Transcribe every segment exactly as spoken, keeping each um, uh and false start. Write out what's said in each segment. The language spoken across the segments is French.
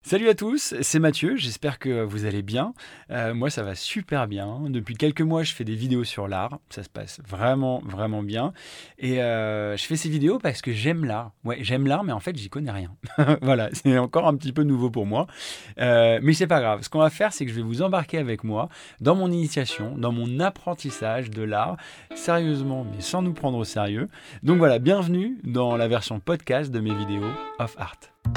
Salut à tous, c'est Mathieu, j'espère que vous allez bien. Euh, moi ça va super bien. Depuis quelques mois je fais des vidéos sur l'art, ça se passe vraiment vraiment bien. Et euh, je fais ces vidéos parce que j'aime l'art. Ouais, j'aime l'art mais en fait j'y connais rien. Voilà, c'est encore un petit peu nouveau pour moi. Euh, mais c'est pas grave, ce qu'on va faire c'est que je vais vous embarquer avec moi dans mon initiation, dans mon apprentissage de l'art, sérieusement mais sans nous prendre au sérieux. Donc voilà, bienvenue dans la version podcast de mes vidéos of art.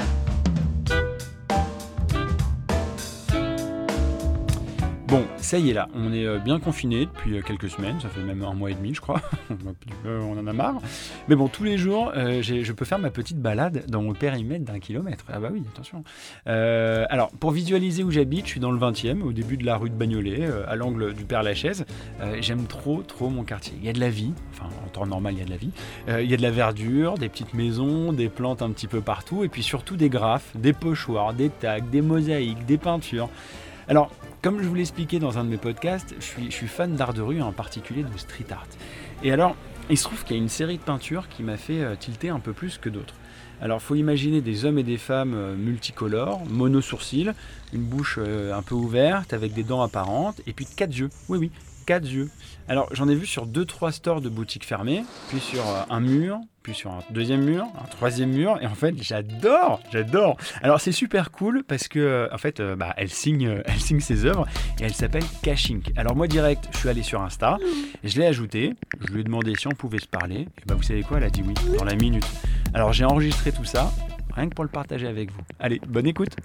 Bon, ça y est là, on est bien confinés depuis quelques semaines, ça fait même un mois et demi je crois, on en a marre. Mais bon, tous les jours, euh, j'ai, je peux faire ma petite balade dans mon périmètre d'un kilomètre. Ah bah oui, attention. Euh, alors, pour visualiser où j'habite, je suis dans le vingtième, au début de la rue de Bagnolet, euh, à l'angle du Père-Lachaise. Euh, j'aime trop, trop mon quartier. Il y a de la vie, enfin en temps normal il y a de la vie. Euh, il y a de la verdure, des petites maisons, des plantes un petit peu partout, et puis surtout des graphes, des pochoirs, des tags, des mosaïques, des peintures. Alors, comme je vous l'ai expliqué dans un de mes podcasts, je suis, je suis fan d'art de rue, en particulier de street art. Et alors, il se trouve qu'il y a une série de peintures qui m'a fait euh, tilter un peu plus que d'autres. Alors, il faut imaginer des hommes et des femmes euh, multicolores, mono-sourcils, une bouche euh, un peu ouverte, avec des dents apparentes, et puis quatre yeux. Oui, oui, quatre yeux. Alors, j'en ai vu sur deux trois stores de boutiques fermées, puis sur euh, un mur, puis sur un deuxième mur, un troisième mur, et en fait, j'adore, j'adore. Alors, c'est super cool parce que, euh, en fait, euh, bah, elle signe, euh, elle signe ses œuvres et elle s'appelle Cashink. Alors, moi, direct, je suis allé sur Insta, je l'ai ajoutée, je lui ai demandé si on pouvait se parler, et bah, vous savez quoi, elle a dit oui, dans la minute. Alors, j'ai enregistré tout ça, rien que pour le partager avec vous. Allez, bonne écoute.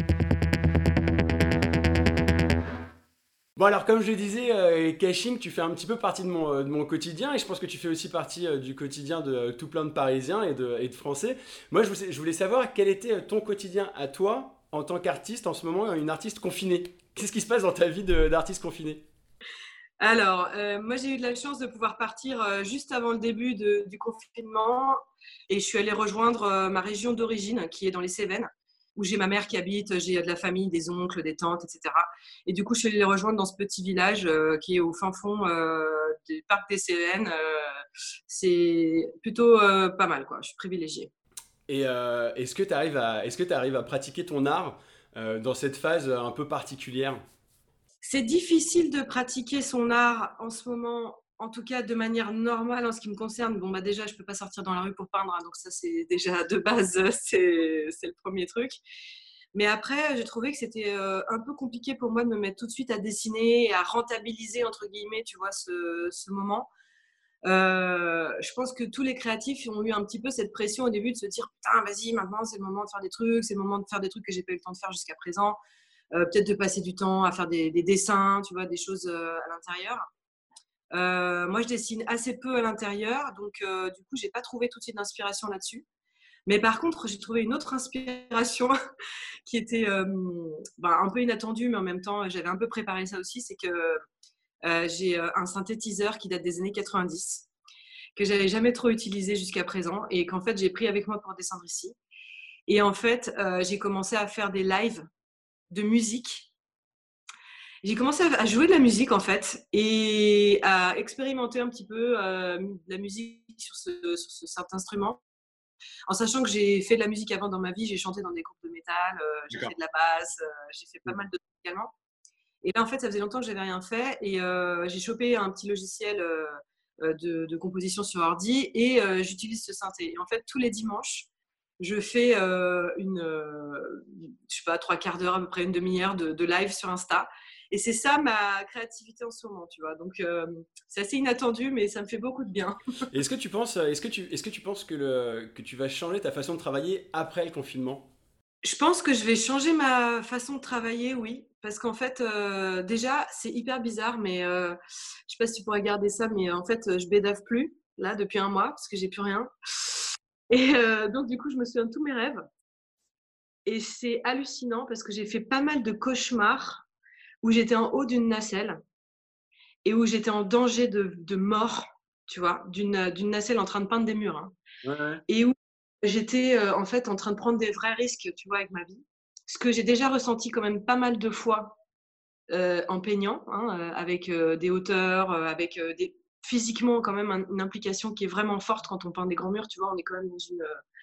Bon alors comme je le disais, euh, Cashing, tu fais un petit peu partie de mon, euh, de mon quotidien et je pense que tu fais aussi partie euh, du quotidien de euh, tout plein de Parisiens et de, et de Français. Moi je, vous- je voulais savoir quel était euh, ton quotidien à toi en tant qu'artiste en ce moment, une artiste confinée. Qu'est-ce qui se passe dans ta vie de- d'artiste confiné? Alors, euh, moi, j'ai eu de la chance de pouvoir partir euh, juste avant le début de- du confinement et je suis allée rejoindre euh, ma région d'origine qui est dans les Cévennes, où j'ai ma mère qui habite, j'ai de la famille, des oncles, des tantes, et cetera. Et du coup, je suis allée les rejoindre dans ce petit village euh, qui est au fin fond euh, du parc des Cévennes. Euh, c'est plutôt euh, pas mal, quoi. Je suis privilégiée. Et euh, est-ce que tu arrives à, est-ce que tu arrives à pratiquer ton art euh, dans cette phase un peu particulière? C'est difficile de pratiquer son art en ce moment, en tout cas de manière normale en ce qui me concerne. Bon, bah déjà, je ne peux pas sortir dans la rue pour peindre, hein, donc ça, c'est déjà de base, c'est, c'est le premier truc. Mais après, j'ai trouvé que c'était euh, un peu compliqué pour moi de me mettre tout de suite à dessiner et à rentabiliser, entre guillemets, tu vois, ce, ce moment. Euh, je pense que tous les créatifs ont eu un petit peu cette pression au début de se dire, putain, vas-y, maintenant, c'est le moment de faire des trucs, c'est le moment de faire des trucs que j'ai pas eu le temps de faire jusqu'à présent. Euh, peut-être de passer du temps à faire des, des dessins, tu vois, des choses euh, à l'intérieur. Euh, moi, je dessine assez peu à l'intérieur, donc euh, du coup, j'ai pas trouvé tout de suite d'inspiration là-dessus. Mais par contre, j'ai trouvé une autre inspiration qui était euh, bah, un peu inattendue, mais en même temps, j'avais un peu préparé ça aussi. C'est que euh, j'ai euh, un synthétiseur qui date des années quatre-vingt-dix, que j'avais jamais trop utilisé jusqu'à présent, et qu'en fait, j'ai pris avec moi pour descendre ici. Et en fait, euh, j'ai commencé à faire des lives de musique. J'ai commencé à jouer de la musique en fait et à expérimenter un petit peu euh, de la musique sur ce, sur ce, cet instrument. En sachant que j'ai fait de la musique avant dans ma vie, j'ai chanté dans des groupes de métal, euh, j'ai fait D'accord. de la basse, euh, j'ai fait pas mal de trucs également. Et là en fait, ça faisait longtemps que j'avais rien fait et euh, j'ai chopé un petit logiciel euh, de, de composition sur ordi et euh, j'utilise ce synthé. Et en fait, tous les dimanches, je fais euh, une, euh, je sais pas, trois quarts d'heure, à peu près une demi-heure de, de live sur Insta. Et c'est ça ma créativité en ce moment, tu vois. Donc, euh, c'est assez inattendu, mais ça me fait beaucoup de bien. Et est-ce que tu penses, est-ce que tu, est-ce que tu penses que, le, que tu vas changer ta façon de travailler après le confinement? Je pense que je vais changer ma façon de travailler, oui. Parce qu'en fait, euh, déjà, c'est hyper bizarre, mais euh, je sais pas si tu pourrais garder ça, mais en fait, je bédave plus, là, depuis un mois, parce que j'ai plus rien. Et euh, donc, du coup, je me souviens de tous mes rêves. Et c'est hallucinant parce que j'ai fait pas mal de cauchemars où j'étais en haut d'une nacelle et où j'étais en danger de, de mort, tu vois, d'une, d'une nacelle en train de peindre des murs, hein, Ouais, ouais. et où j'étais euh, en fait en train de prendre des vrais risques, tu vois, avec ma vie. Ce que j'ai déjà ressenti quand même pas mal de fois euh, en peignant, hein, euh, avec euh, des hauteurs, euh, avec euh, des physiquement quand même un, une implication qui est vraiment forte quand on peint des grands murs, tu vois, on est quand même dans une,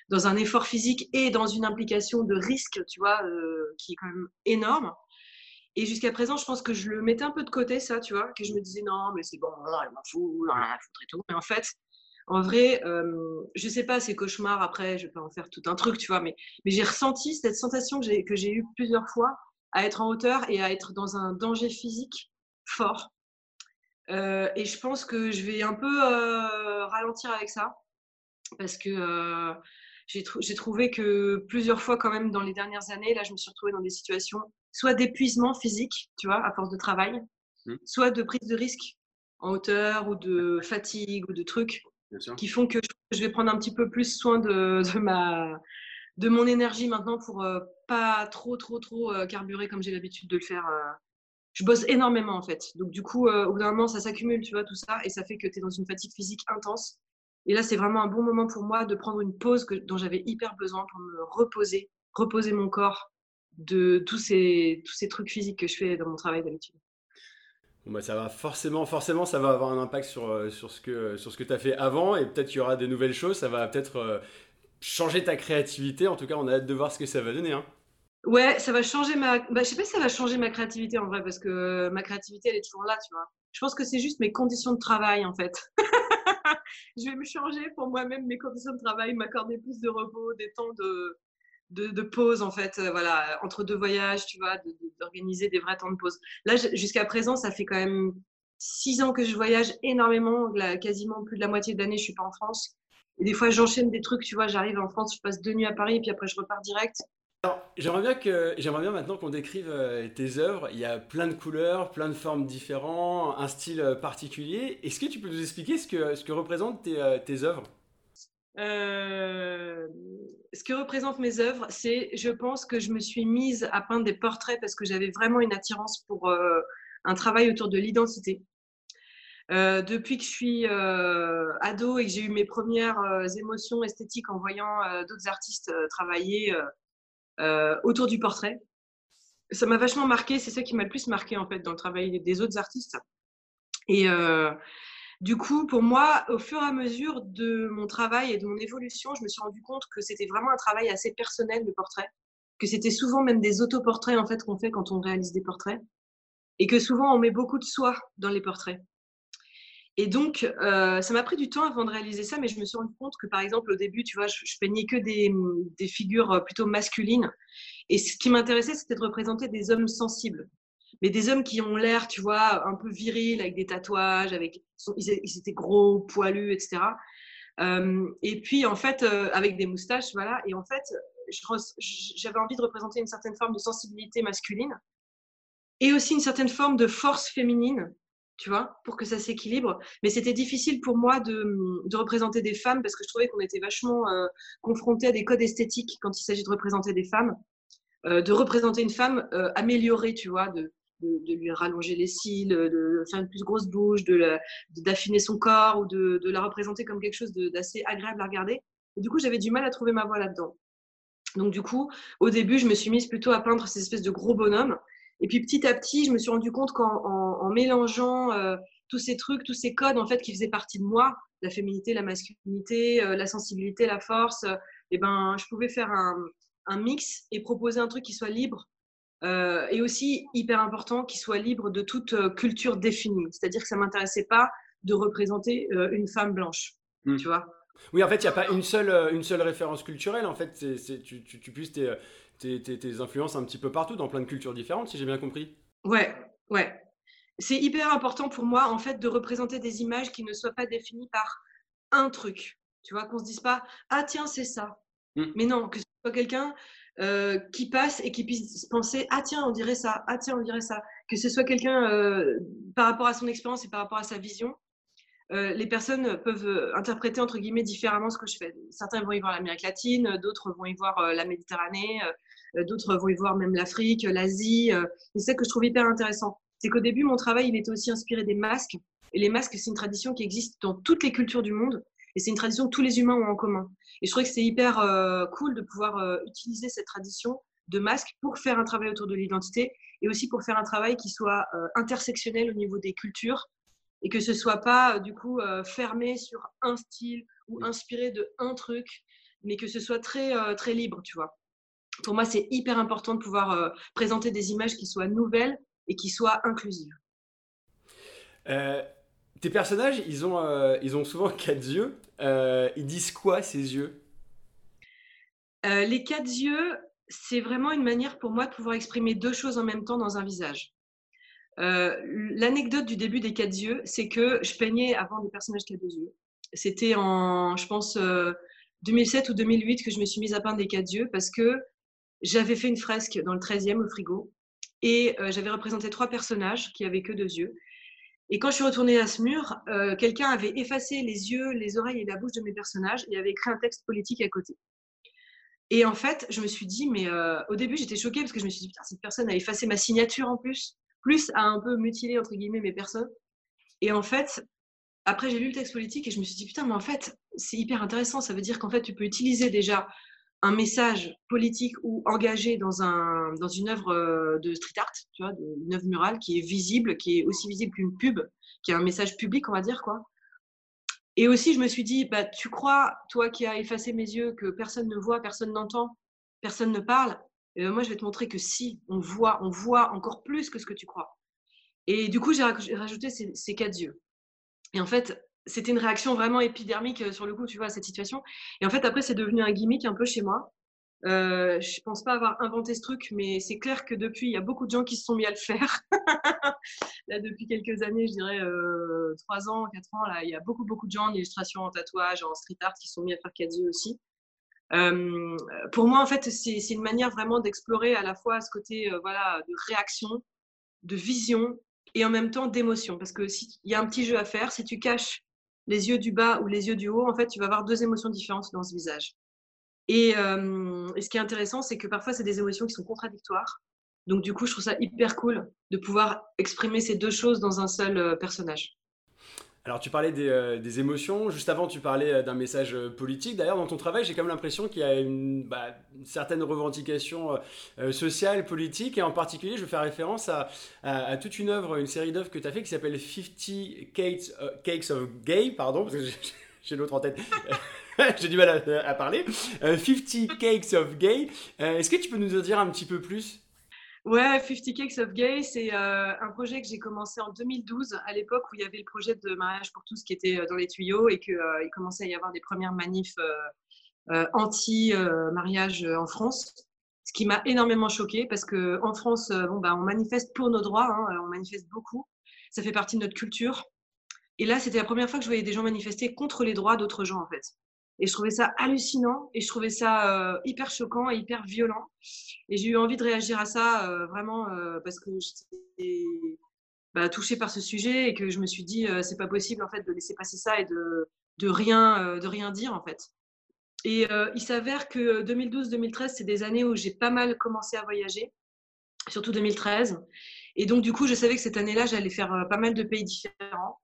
dans un effort physique et dans une implication de risque, tu vois, euh, qui est quand même énorme. Et jusqu'à présent, je pense que je le mettais un peu de côté, ça, tu vois, que je me disais non, mais c'est bon, elle m'en fout, rien à foutre et tout. Mais en fait, en vrai, euh, je sais pas, ces cauchemars, après, je vais pas en faire tout un truc, tu vois, mais, mais j'ai ressenti cette sensation que j'ai, que j'ai eue plusieurs fois à être en hauteur et à être dans un danger physique fort. Euh, et je pense que je vais un peu euh, ralentir avec ça parce que euh, j'ai, trou- j'ai trouvé que plusieurs fois quand même dans les dernières années, là, je me suis retrouvée dans des situations soit d'épuisement physique, tu vois, à force de travail, Hmm, soit de prise de risque en hauteur ou de fatigue ou de trucs bien sûr. qui font que je je vais prendre un petit peu plus soin de, de ma, de mon énergie maintenant pour euh, pas trop, trop, trop euh, carburer comme j'ai l'habitude de le faire. euh. Je bosse énormément en fait. Donc du coup, euh, au bout d'un moment, ça s'accumule, tu vois, tout ça, et ça fait que tu es dans une fatigue physique intense. Et là, c'est vraiment un bon moment pour moi de prendre une pause que, dont j'avais hyper besoin pour me reposer, reposer mon corps de tous ces, tous ces trucs physiques que je fais dans mon travail d'habitude. Bon, bah, ça va forcément, forcément, ça va avoir un impact sur, euh, sur ce que, sur ce que tu as fait avant et peut-être qu'il y aura des nouvelles choses. Ça va peut-être euh, changer ta créativité. En tout cas, on a hâte de voir ce que ça va donner, hein. Ouais, ça va changer ma. Bah, je sais pas si ça va changer ma créativité en vrai, parce que ma créativité, elle est toujours là, tu vois. Je pense que c'est juste mes conditions de travail, en fait. Je vais me changer pour moi-même mes conditions de travail, m'accorder plus de repos, des temps de, de, de pause, en fait, euh, voilà, entre deux voyages, tu vois, de- de- d'organiser des vrais temps de pause. Là, j- jusqu'à présent, ça fait quand même six ans que je voyage énormément, la- quasiment plus de la moitié de l'année, je suis pas en France. Et des fois, j'enchaîne des trucs, tu vois, j'arrive en France, je passe deux nuits à Paris, et puis après, je repars direct. Alors, j'aimerais bien que, j'aimerais bien maintenant qu'on décrive euh, tes œuvres. Il y a plein de couleurs, plein de formes différentes, un style euh, particulier. Est-ce que tu peux nous expliquer ce que, ce que représentent tes, euh, tes œuvres? Euh, ce que représentent mes œuvres, c'est, je pense que je me suis mise à peindre des portraits parce que j'avais vraiment une attirance pour euh, un travail autour de l'identité. Euh, depuis que je suis euh, ado et que j'ai eu mes premières euh, émotions esthétiques en voyant euh, d'autres artistes euh, travailler euh, euh, autour du portrait, ça m'a vachement marqué. C'est ça qui m'a le plus marqué en fait dans le travail des autres artistes. Et euh, du coup, pour moi, au fur et à mesure de mon travail et de mon évolution, je me suis rendu compte que c'était vraiment un travail assez personnel, le portrait, que c'était souvent même des autoportraits en fait qu'on fait quand on réalise des portraits, et que souvent on met beaucoup de soi dans les portraits. Et donc, euh, ça m'a pris du temps avant de réaliser ça, mais je me suis rendu compte que, par exemple, au début, tu vois, je, je peignais que des, des figures plutôt masculines. Et ce qui m'intéressait, c'était de représenter des hommes sensibles. Mais des hommes qui ont l'air, tu vois, un peu virils, avec des tatouages, avec, ils, ils étaient gros, poilus, et cetera. Euh, et puis, en fait, euh, avec des moustaches, voilà. Et en fait, je, j'avais envie de représenter une certaine forme de sensibilité masculine et aussi une certaine forme de force féminine, tu vois, pour que ça s'équilibre. Mais c'était difficile pour moi de, de représenter des femmes parce que je trouvais qu'on était vachement euh, confrontés à des codes esthétiques quand il s'agit de représenter des femmes. Euh, de représenter une femme euh, améliorée, tu vois, de, de, de, lui rallonger les cils, de faire une plus grosse bouche, de la, d'affiner son corps ou de, de la représenter comme quelque chose d'assez agréable à regarder. Et du coup, j'avais du mal à trouver ma voie là-dedans. Donc du coup, au début, je me suis mise plutôt à peindre ces espèces de gros bonhommes. Et puis petit à petit, je me suis rendu compte qu'en en, en mélangeant euh, tous ces trucs, tous ces codes en fait qui faisaient partie de moi, la féminité, la masculinité, euh, la sensibilité, la force, euh, et ben, je pouvais faire un, un mix et proposer un truc qui soit libre euh, et aussi hyper important, qui soit libre de toute euh, culture définie. C'est-à-dire que ça m'intéressait pas de représenter euh, une femme blanche, Hmm. tu vois. Oui, en fait, il n'y a pas une seule, euh, une seule référence culturelle. En fait, c'est, c'est- tu, tu, tu puisses tes, tes, tes, tes influences un petit peu partout, dans plein de cultures différentes, si j'ai bien compris. Ouais, ouais. C'est hyper important pour moi, en fait, de représenter des images qui ne soient pas définies par un truc. Tu vois, qu'on se dise pas, ah tiens, c'est ça. Hmm. Mais non, que ce soit quelqu'un euh, qui passe et qui puisse penser, ah tiens, on dirait ça, ah tiens, on dirait ça. Que ce soit quelqu'un euh, par rapport à son expérience et par rapport à sa vision. Euh, les personnes peuvent euh, interpréter entre guillemets différemment ce que je fais. Certains vont y voir l'Amérique latine, d'autres vont y voir euh, la Méditerranée, euh, d'autres vont y voir même l'Afrique, l'Asie. Euh, et c'est ça que je trouve hyper intéressant. C'est qu'au début, mon travail, il était aussi inspiré des masques. Et les masques, c'est une tradition qui existe dans toutes les cultures du monde. Et c'est une tradition que tous les humains ont en commun. Et je trouvais que c'est hyper euh, cool de pouvoir euh, utiliser cette tradition de masques pour faire un travail autour de l'identité et aussi pour faire un travail qui soit euh, intersectionnel au niveau des cultures et que ce soit pas du coup euh, fermé sur un style ou inspiré de un truc, mais que ce soit très, euh, très libre, tu vois. Pour moi, c'est hyper important de pouvoir euh, présenter des images qui soient nouvelles et qui soient inclusives. Euh, Tes personnages, ils ont, euh, ils ont souvent quatre yeux. Euh, ils disent quoi, ces yeux? Euh, les quatre yeux, c'est vraiment une manière pour moi de pouvoir exprimer deux choses en même temps dans un visage. Euh, l'anecdote du début des quatre yeux, c'est que je peignais avant des personnages qui avaient deux yeux. C'était en, je pense, euh, deux mille sept ou deux mille huit que je me suis mise à peindre des quatre yeux parce que j'avais fait une fresque dans le treizième au frigo et euh, j'avais représenté trois personnages qui avaient que deux yeux. Et quand je suis retournée à ce mur, euh, quelqu'un avait effacé les yeux, les oreilles et la bouche de mes personnages et avait écrit un texte politique à côté. Et en fait, je me suis dit, mais euh, au début, j'étais choquée parce que je me suis dit, putain, cette personne a effacé ma signature en plus, plus a un peu mutilé, entre guillemets, mes personnes. Et en fait, après, j'ai lu le texte politique et je me suis dit, putain, mais en fait, c'est hyper intéressant. Ça veut dire qu'en fait, tu peux utiliser déjà un message politique ou engagé dans, un, dans une œuvre de street art, tu vois, une œuvre murale qui est visible, qui est aussi visible qu'une pub, qui a un message public, on va dire, quoi. Et aussi, je me suis dit, bah, tu crois, toi qui as effacé mes yeux, que personne ne voit, personne n'entend, personne ne parle. Euh, moi, je vais te montrer que si, on voit, on voit encore plus que ce que tu crois. Et du coup, j'ai rajouté ces, ces quatre yeux. Et en fait, c'était une réaction vraiment épidermique sur le coup, tu vois, à cette situation. Et en fait, après, c'est devenu un gimmick un peu chez moi. Euh, je pense pas avoir inventé ce truc, mais c'est clair que depuis, il y a beaucoup de gens qui se sont mis à le faire. Là, depuis quelques années, je dirais euh, trois ans, quatre ans, là, il y a beaucoup, beaucoup de gens en illustration, en tatouage, en street art qui se sont mis à faire quatre yeux aussi. Euh, pour moi, en fait, c'est, c'est une manière vraiment d'explorer à la fois ce côté euh, voilà, de réaction, de vision et en même temps d'émotion. Parce que s'il y a un petit jeu à faire, si tu caches les yeux du bas ou les yeux du haut, en fait, tu vas avoir deux émotions différentes dans ce visage. Et, euh, et ce qui est intéressant, c'est que parfois, c'est des émotions qui sont contradictoires. Donc, du coup, je trouve ça hyper cool de pouvoir exprimer ces deux choses dans un seul euh, personnage. Alors, tu parlais des, euh, des émotions. Juste avant, tu parlais euh, d'un message euh, politique. D'ailleurs, dans ton travail, j'ai quand même l'impression qu'il y a une, bah, une certaine revendication euh, euh, sociale, politique. Et en particulier, je veux faire référence à, à, à toute une œuvre, une série d'œuvres que tu as fait qui s'appelle cinquante Cakes, uh, Cakes of Gay. Pardon, parce que j'ai, j'ai l'autre en tête. J'ai du mal à, à parler. Euh, cinquante Cakes of Gay. Euh, est-ce que tu peux nous en dire un petit peu plus? Ouais, cinquante Cakes of Gay, c'est euh, un projet que j'ai commencé en deux mille douze, à l'époque où il y avait le projet de mariage pour tous qui était dans les tuyaux et qu'il euh, commençait à y avoir des premières manifs euh, euh, anti-mariage euh, en France. Ce qui m'a énormément choquée parce qu'en France, euh, bon, bah, on manifeste pour nos droits, hein, on manifeste beaucoup. Ça fait partie de notre culture. Et là, c'était la première fois que je voyais des gens manifester contre les droits d'autres gens, en fait. Et je trouvais ça hallucinant et je trouvais ça euh, hyper choquant et hyper violent. Et j'ai eu envie de réagir à ça euh, vraiment euh, parce que j'étais bah, touchée par ce sujet et que je me suis dit euh, c'est pas possible en fait de laisser passer ça et de, de, rien, euh, de rien dire en fait. Et euh, il s'avère que deux mille douze deux mille treize, c'est des années où j'ai pas mal commencé à voyager, surtout deux mille treize. Et donc, du coup, je savais que cette année-là, j'allais faire euh, pas mal de pays différents.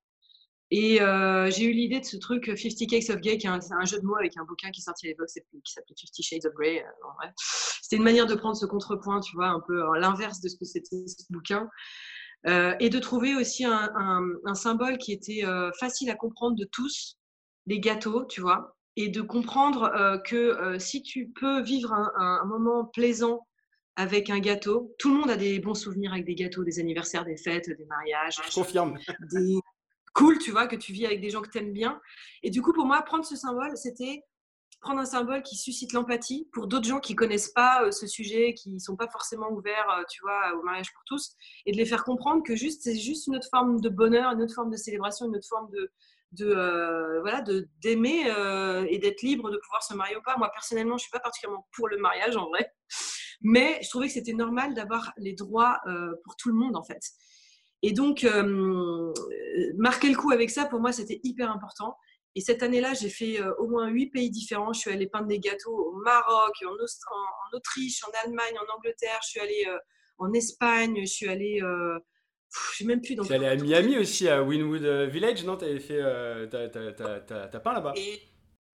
Et euh, j'ai eu l'idée de ce truc cinquante Cakes of Gay, qui est un, un jeu de mots avec un bouquin qui est sorti à l'époque, qui s'appelait Fifty Shades of Grey. Euh, en vrai. C'était une manière de prendre ce contrepoint, tu vois, un peu à l'inverse de ce que c'était ce bouquin. Euh, et de trouver aussi un, un, un symbole qui était euh, facile à comprendre de tous, les gâteaux, tu vois, et de comprendre euh, que euh, si tu peux vivre un, un, un moment plaisant avec un gâteau, tout le monde a des bons souvenirs avec des gâteaux, des anniversaires, des fêtes, des mariages. Je confirme. Des cool, tu vois, que tu vis avec des gens que tu aimes bien. Et du coup, pour moi, prendre ce symbole, c'était prendre un symbole qui suscite l'empathie pour d'autres gens qui connaissent pas euh, ce sujet, qui sont pas forcément ouverts, euh, tu vois, au mariage pour tous, et de les faire comprendre que juste c'est juste une autre forme de bonheur, une autre forme de célébration, une autre forme de de euh, voilà, de d'aimer euh, et d'être libre de pouvoir se marier ou pas. Moi personnellement, je suis pas particulièrement pour le mariage en vrai, mais je trouvais que c'était normal d'avoir les droits euh, pour tout le monde en fait. Et donc, euh, marquer le coup avec ça, pour moi, c'était hyper important. Et cette année-là, j'ai fait euh, au moins huit pays différents. Je suis allée peindre des gâteaux au Maroc, en, Aust- en, en Autriche, en Allemagne, en Angleterre. Je suis allée euh, en Espagne. Je suis allée... Euh, pff, je sais même plus dans Tu es allé à tout. Miami aussi, à Wynwood Village, non? T'avais fait, euh, t'as, t'as, t'as, t'as, t'as peint là-bas. Et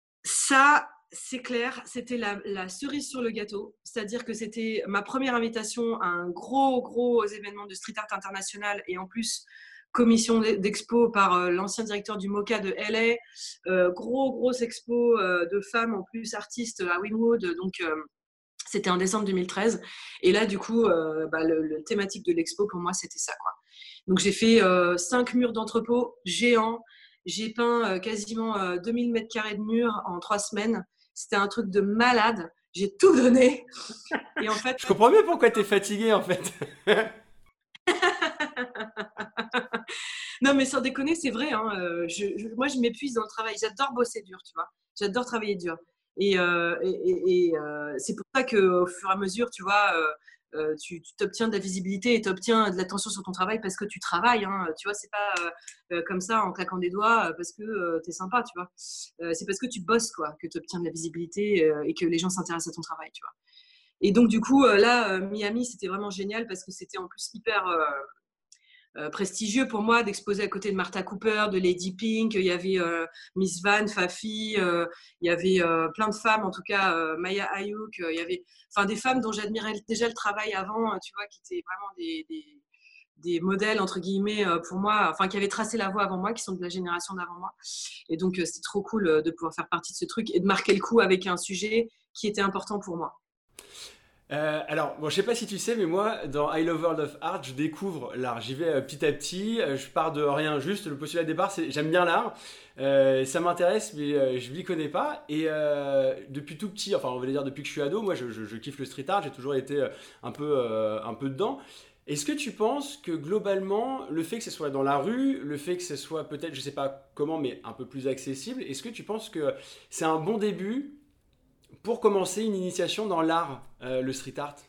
ça, c'est clair, c'était la, la cerise sur le gâteau. C'est-à-dire que c'était ma première invitation à un gros, gros événement de street art international. Et en plus, commission d'expo par euh, l'ancien directeur du MoCA de L A, euh, gros, grosse expo euh, de femmes en plus artistes à Wynwood, donc euh, c'était en décembre deux mille treize. Et là, du coup, euh, bah, le, le thématique de l'expo, pour moi, c'était ça, quoi. Donc, j'ai fait euh, cinq murs d'entrepôt géants. J'ai peint euh, quasiment euh, deux mille mètres carrés de murs en trois semaines. C'était un truc de malade. J'ai tout donné. Et en fait, Je comprends mieux pourquoi tu es fatigué, en fait. non, mais sans déconner, c'est vrai. Hein. Je, je, moi, je m'épuise dans le travail. J'adore bosser dur, tu vois. J'adore travailler dur. Et, euh, et, et, et euh, c'est pour ça qu'au fur et à mesure, tu vois, euh, euh, tu t'obtiens de la visibilité et tu obtiens de l'attention sur ton travail parce que tu travailles. Hein. Tu vois, c'est pas euh, euh, comme ça en claquant des doigts parce que euh, tu es sympa, tu vois. Euh, c'est parce que tu bosses, quoi, que tu obtiens de la visibilité euh, et que les gens s'intéressent à ton travail, tu vois. Et donc, du coup, euh, là, euh, Miami, c'était vraiment génial parce que c'était en plus hyper... Euh, Euh, prestigieux pour moi d'exposer à côté de Martha Cooper, de Lady Pink. Il y avait euh, Miss Van, Fafi, euh, il y avait euh, plein de femmes, en tout cas euh, Maya Ayuk. Euh, il y avait, enfin, des femmes dont j'admirais déjà le travail avant, tu vois, qui étaient vraiment des, des, des modèles entre guillemets pour moi, enfin qui avaient tracé la voie avant moi, qui sont de la génération d'avant moi. Et donc euh, c'était trop cool de pouvoir faire partie de ce truc et de marquer le coup avec un sujet qui était important pour moi. Euh, alors, bon, je sais pas si tu sais, mais moi, dans I Love World of Art, je découvre l'art. J'y vais euh, petit à petit. Euh, je pars de rien. Juste le postulat de départ, c'est j'aime bien l'art. Euh, ça m'intéresse, mais euh, je m'y connais pas. Et euh, depuis tout petit, enfin, on va dire depuis que je suis ado, moi, je, je, je kiffe le street art. J'ai toujours été euh, un peu, euh, un peu dedans. Est-ce que tu penses que globalement, le fait que ce soit dans la rue, le fait que ce soit peut-être, je sais pas comment, mais un peu plus accessible, est-ce que tu penses que c'est un bon début pour commencer une initiation dans l'art, euh, le street art?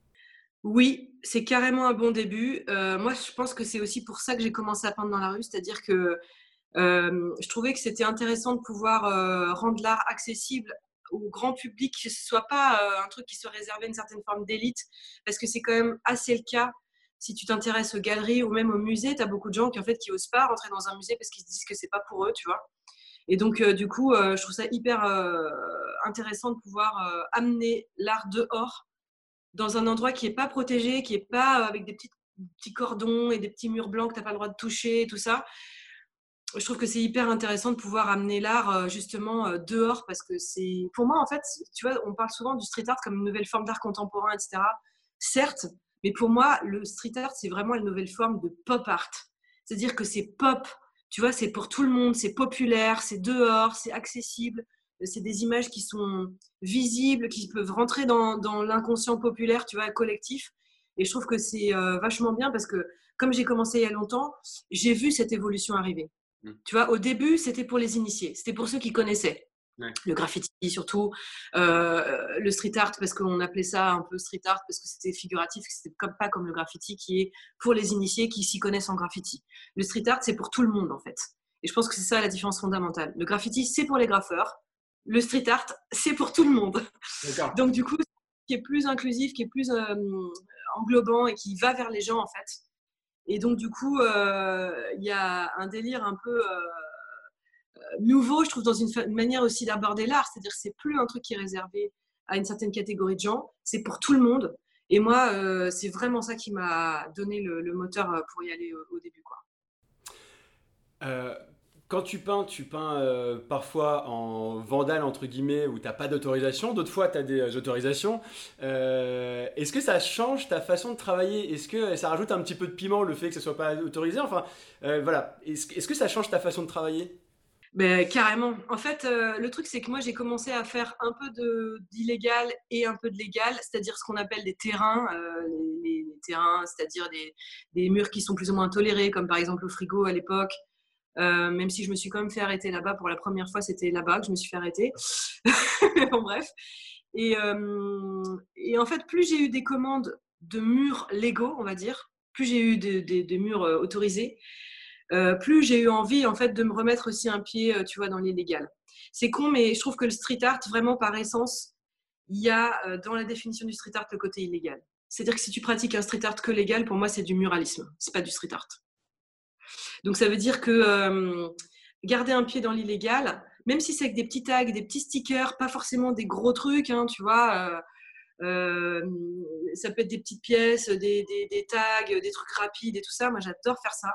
Oui, c'est carrément un bon début. Euh, moi, je pense que c'est aussi pour ça que j'ai commencé à peindre dans la rue, c'est-à-dire que euh, je trouvais que c'était intéressant de pouvoir euh, rendre l'art accessible au grand public, que ce soit pas euh, un truc qui soit réservé à une certaine forme d'élite, parce que c'est quand même assez le cas. Si tu t'intéresses aux galeries ou même aux musées, tu as beaucoup de gens qui en fait qui osent pas rentrer dans un musée parce qu'ils se disent que c'est pas pour eux, tu vois. Et donc, euh, du coup, euh, je trouve ça hyper euh, intéressant de pouvoir euh, amener l'art dehors, dans un endroit qui n'est pas protégé, qui n'est pas avec des petits, petits cordons et des petits murs blancs que tu n'as pas le droit de toucher et tout ça. Je trouve que c'est hyper intéressant de pouvoir amener l'art justement dehors parce que c'est, pour moi en fait, tu vois, on parle souvent du street art comme une nouvelle forme d'art contemporain, et cetera. Certes, mais pour moi, le street art, c'est vraiment une nouvelle forme de pop art. C'est-à-dire que c'est pop, tu vois, c'est pour tout le monde, c'est populaire, c'est dehors, c'est accessible. C'est des images qui sont visibles, qui peuvent rentrer dans, dans l'inconscient populaire, tu vois, collectif. Et je trouve que c'est euh, vachement bien parce que, comme j'ai commencé il y a longtemps, j'ai vu cette évolution arriver. Mmh. Tu vois, au début, c'était pour les initiés, c'était pour ceux qui connaissaient. Ouais. Le graffiti surtout, euh, le street art parce qu'on appelait ça un peu street art parce que c'était figuratif, c'était comme, pas comme le graffiti qui est pour les initiés qui s'y connaissent en graffiti. Le street art, c'est pour tout le monde en fait. Et je pense que c'est ça la différence fondamentale. Le graffiti, c'est pour les graffeurs. Le street art, c'est pour tout le monde. D'accord. Donc du coup, qui est plus inclusif, qui est plus euh, englobant et qui va vers les gens en fait. Et donc du coup, il euh, y a un délire un peu euh, nouveau, je trouve, dans une, fa- une manière aussi d'aborder l'art. C'est-à-dire que c'est plus un truc qui est réservé à une certaine catégorie de gens, c'est pour tout le monde. Et moi, euh, c'est vraiment ça qui m'a donné le, le moteur pour y aller au, au début, quoi. Euh... Quand tu peins, tu peins euh, parfois en vandale, entre guillemets, où tu n'as pas d'autorisation. D'autres fois, tu as des euh, autorisations. Euh, est-ce que ça change ta façon de travailler? Est-ce que ça rajoute un petit peu de piment, le fait que ce ne soit pas autorisé? Enfin, euh, voilà. Est-ce, est-ce que ça change ta façon de travailler? Ben, carrément. En fait, euh, le truc, c'est que moi, j'ai commencé à faire un peu de, d'illégal et un peu de légal, c'est-à-dire ce qu'on appelle des terrains. Euh, les, les, les terrains, c'est-à-dire des, des murs qui sont plus ou moins tolérés, comme par exemple le frigo à l'époque. Euh, même si je me suis quand même fait arrêter là-bas pour la première fois, c'était là-bas que je me suis fait arrêter. Bon, bref. Et, euh, et en fait, plus j'ai eu des commandes de murs légaux, on va dire, plus j'ai eu des de, de murs euh, autorisés, euh, plus j'ai eu envie en fait de me remettre aussi un pied, euh, tu vois, dans l'illégal. C'est con, mais je trouve que le street art, vraiment par essence, il y a euh, dans la définition du street art le côté illégal. C'est-à-dire que si tu pratiques un street art que légal, pour moi, c'est du muralisme, c'est pas du street art. Donc, ça veut dire que euh, garder un pied dans l'illégal, même si c'est avec des petits tags, des petits stickers, pas forcément des gros trucs, hein, tu vois, euh, euh, ça peut être des petites pièces, des, des, des tags, des trucs rapides et tout ça. Moi, j'adore faire ça.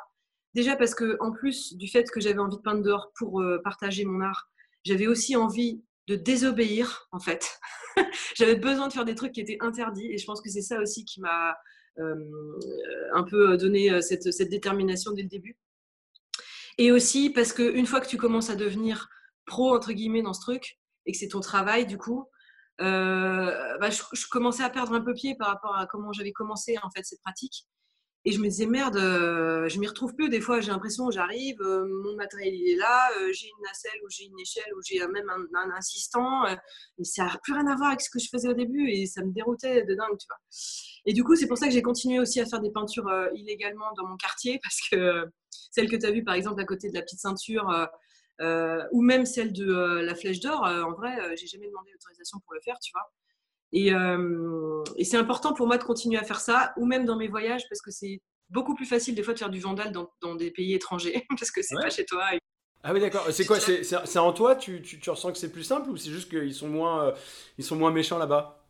Déjà parce que, en plus du fait que j'avais envie de peindre dehors pour euh, partager mon art, j'avais aussi envie de désobéir, en fait. J'avais besoin de faire des trucs qui étaient interdits, et je pense que c'est ça aussi qui m'a euh, un peu donné euh, cette, cette détermination dès le début. Et aussi parce qu'une fois que tu commences à devenir pro, entre guillemets, dans ce truc, et que c'est ton travail, du coup, euh, bah, je, je commençais à perdre un peu pied par rapport à comment j'avais commencé, en fait, cette pratique. Et je me disais, merde, euh, je m'y retrouve plus. Des fois, j'ai l'impression, j'arrive, euh, mon matériel il est là, euh, j'ai une nacelle ou j'ai une échelle ou j'ai même un, un assistant. Euh, et ça n'a plus rien à voir avec ce que je faisais au début et ça me déroutait de dingue, tu vois. Et du coup, c'est pour ça que j'ai continué aussi à faire des peintures euh, illégalement dans mon quartier, parce que euh, celle que tu as vue, par exemple, à côté de la petite ceinture, euh, euh, ou même celle de euh, la flèche d'or, euh, en vrai, euh, j'ai jamais demandé l'autorisation pour le faire, tu vois. Et, euh, et c'est important pour moi de continuer à faire ça, ou même dans mes voyages, parce que c'est beaucoup plus facile des fois de faire du vandal dans, dans des pays étrangers, parce que c'est Ouais. pas chez toi. Et... Ah oui, d'accord. C'est quoi? C'est c'est- c'est en toi? Tu, tu, tu ressens que c'est plus simple ou c'est juste qu'ils sont moins, euh, ils sont moins méchants là-bas?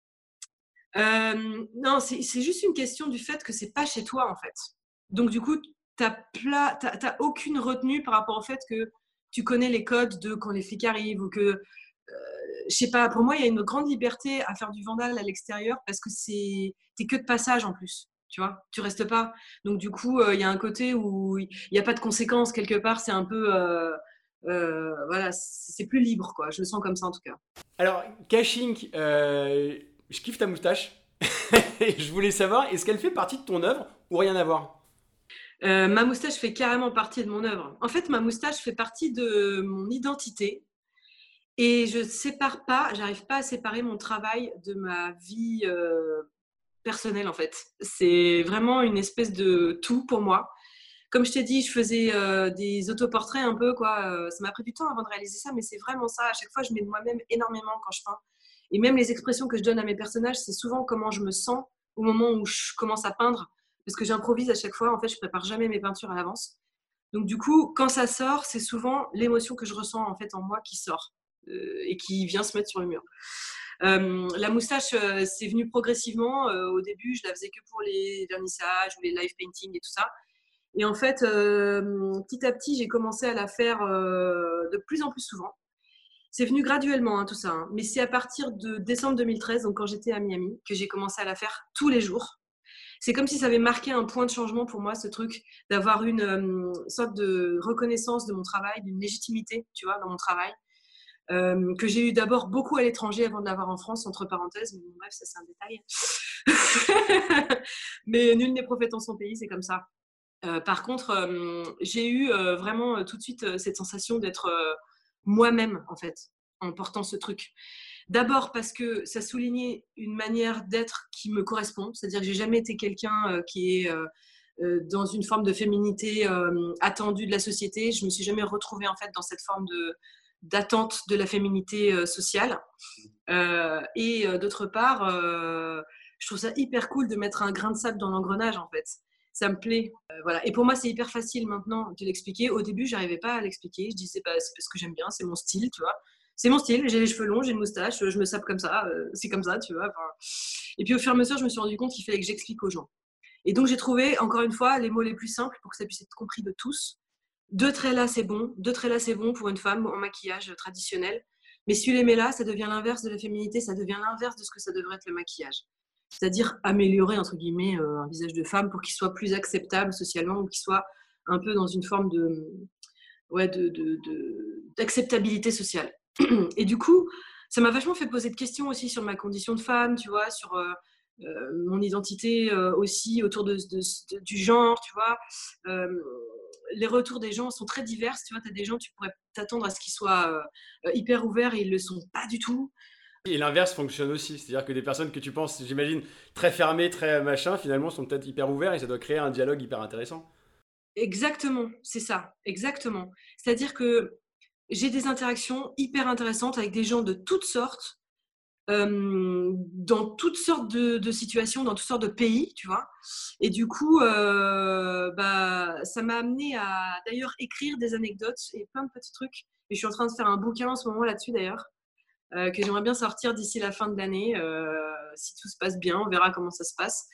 Euh, non, c'est c'est juste une question du fait que c'est pas chez toi, en fait. Donc du coup, t'as pla- t'as- t'as aucune retenue par rapport au fait que tu connais les codes de quand les flics arrivent, ou que, euh, je sais pas, pour moi, il y a une grande liberté à faire du vandal à l'extérieur parce que c'est t'es que de passage en plus, tu vois, tu restes pas. Donc du coup, euh, il y a un côté où il n'y a pas de conséquences quelque part, c'est un peu, euh, euh, voilà, c'est c'est plus libre, quoi. Je le sens comme ça en tout cas. Alors, Caching, euh, je kiffe ta moustache. Et je voulais savoir, est-ce qu'elle fait partie de ton œuvre ou rien à voir? Euh, ma moustache fait carrément partie de mon œuvre. En fait, ma moustache fait partie de mon identité et je sépare pas, j'arrive pas à séparer mon travail de ma vie euh, personnelle en fait. C'est vraiment une espèce de tout pour moi. Comme je t'ai dit, je faisais euh, des autoportraits un peu quoi. Euh, ça m'a pris du temps avant de réaliser ça, mais c'est vraiment ça. À chaque fois, je mets de moi-même énormément quand je peins. Et même les expressions que je donne à mes personnages, c'est souvent comment je me sens au moment où je commence à peindre, parce que j'improvise à chaque fois. En fait, je prépare jamais mes peintures à l'avance. Donc du coup, quand ça sort, c'est souvent l'émotion que je ressens en fait en moi qui sort euh, et qui vient se mettre sur le mur. Euh, la moustache, euh, c'est venu progressivement. Euh, au début, je la faisais que pour les vernissages ou les live painting et tout ça. Et en fait, euh, petit à petit, j'ai commencé à la faire euh, de plus en plus souvent. C'est venu graduellement, hein, tout ça. Hein. Mais c'est à partir de décembre deux mille treize, donc quand j'étais à Miami, que j'ai commencé à la faire tous les jours. C'est comme si ça avait marqué un point de changement pour moi, ce truc d'avoir une euh, sorte de reconnaissance de mon travail, d'une légitimité, tu vois, dans mon travail, euh, que j'ai eu d'abord beaucoup à l'étranger avant de l'avoir en France, entre parenthèses, mais bon, bref, ça c'est un détail. Mais nul n'est prophète en son pays, c'est comme ça. Euh, par contre, euh, j'ai eu euh, vraiment euh, tout de suite euh, cette sensation d'être euh, moi-même, en fait, en portant ce truc. D'abord parce que ça soulignait une manière d'être qui me correspond, c'est-à-dire que j'ai jamais été quelqu'un euh, qui est euh, euh, dans une forme de féminité euh, attendue de la société. Je me suis jamais retrouvée en fait dans cette forme de d'attente de la féminité euh, sociale. Euh, et euh, d'autre part, euh, je trouve ça hyper cool de mettre un grain de sable dans l'engrenage en fait. Ça me plaît. Euh, voilà. Et pour moi, c'est hyper facile maintenant de l'expliquer. Au début, j'arrivais pas à l'expliquer. Je disais, bah, c'est parce que j'aime bien, c'est mon style, tu vois. C'est mon style, j'ai les cheveux longs, j'ai une moustache, je me sape comme ça, euh, c'est comme ça, tu vois. Enfin... Et puis au fur et à mesure, je me suis rendu compte qu'il fallait que j'explique aux gens. Et donc j'ai trouvé, encore une fois, les mots les plus simples pour que ça puisse être compris de tous. Deux traits là, c'est bon. Deux traits là, c'est bon pour une femme en maquillage traditionnel. Mais si tu les mets là, ça devient l'inverse de la féminité, ça devient l'inverse de ce que ça devrait être le maquillage. C'est-à-dire améliorer, entre guillemets, euh, un visage de femme pour qu'il soit plus acceptable socialement ou qu'il soit un peu dans une forme de, ouais, de, de, de, d'acceptabilité sociale. Et du coup, ça m'a vachement fait poser de questions aussi sur ma condition de femme, tu vois, sur euh, euh, mon identité euh, aussi autour de, de, de, du genre, tu vois. Euh, les retours des gens sont très divers, tu vois. Tu as des gens, tu pourrais t'attendre à ce qu'ils soient euh, hyper ouverts et ils ne le sont pas du tout. Et l'inverse fonctionne aussi, c'est-à-dire que des personnes que tu penses, j'imagine, très fermées, très machin, finalement sont peut-être hyper ouverts et ça doit créer un dialogue hyper intéressant. Exactement, c'est ça, exactement. C'est-à-dire que j'ai des interactions hyper intéressantes avec des gens de toutes sortes, euh, dans toutes sortes de, de situations, dans toutes sortes de pays, tu vois. Et du coup, euh, bah, ça m'a amené à d'ailleurs écrire des anecdotes et plein de petits trucs. Et je suis en train de faire un bouquin en ce moment là-dessus d'ailleurs, euh, que j'aimerais bien sortir d'ici la fin de l'année. Euh, si tout se passe bien, on verra comment ça se passe.